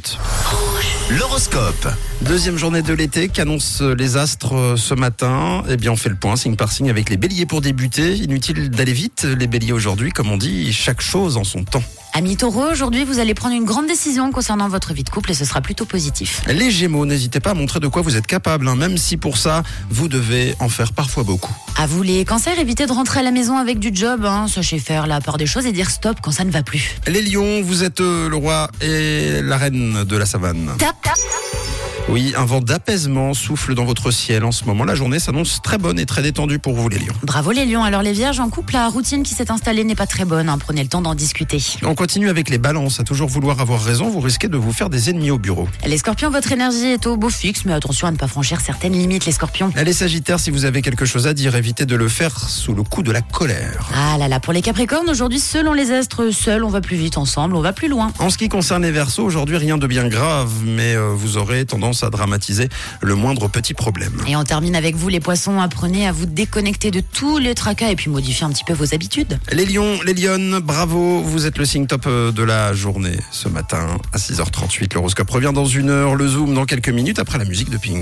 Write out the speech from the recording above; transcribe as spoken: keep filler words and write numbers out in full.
minutes. L'horoscope. Deuxième journée de l'été qu'annoncent les astres ce matin. Eh bien, on fait le point signe par signe avec les béliers pour débuter. Inutile d'aller vite, les béliers aujourd'hui, comme on dit, chaque chose en son temps. Amis taureaux, aujourd'hui vous allez prendre une grande décision concernant votre vie de couple et ce sera plutôt positif. Les gémeaux, n'hésitez pas à montrer de quoi vous êtes capable, hein, même si pour ça, vous devez en faire parfois beaucoup. À vous les cancers, évitez de rentrer à la maison avec du job, hein. Sachez faire la part des choses et dire stop quand ça ne va plus. Les lions, vous êtes euh, le roi et la reine de la savane. Tap, tap. Oui, un vent d'apaisement souffle dans votre ciel en ce moment. La journée s'annonce très bonne et très détendue pour vous les lions. Bravo les lions, alors les vierges en couple, la routine qui s'est installée n'est pas très bonne, hein. Prenez le temps d'en discuter. On continue avec les balances. À toujours vouloir avoir raison, vous risquez de vous faire des ennemis au bureau. Les scorpions, votre énergie est au beau fixe, mais attention à ne pas franchir certaines limites les scorpions. Les sagittaires, si vous avez quelque chose à dire, évitez de le faire sous le coup de la colère. Ah là là, pour les capricornes, aujourd'hui, selon les astres, seuls on va plus vite, ensemble on va plus loin. En ce qui concerne les verseaux, aujourd'hui rien de bien grave, mais euh, vous aurez tendance à dramatiser le moindre petit problème. Et on termine avec vous les poissons, apprenez à vous déconnecter de tous les tracas et puis modifier un petit peu vos habitudes. Les lions, les lionnes, bravo, vous êtes le signe top de la journée ce matin à six heures trente-huit. L'horoscope revient dans une heure, le zoom dans quelques minutes après la musique de Pink.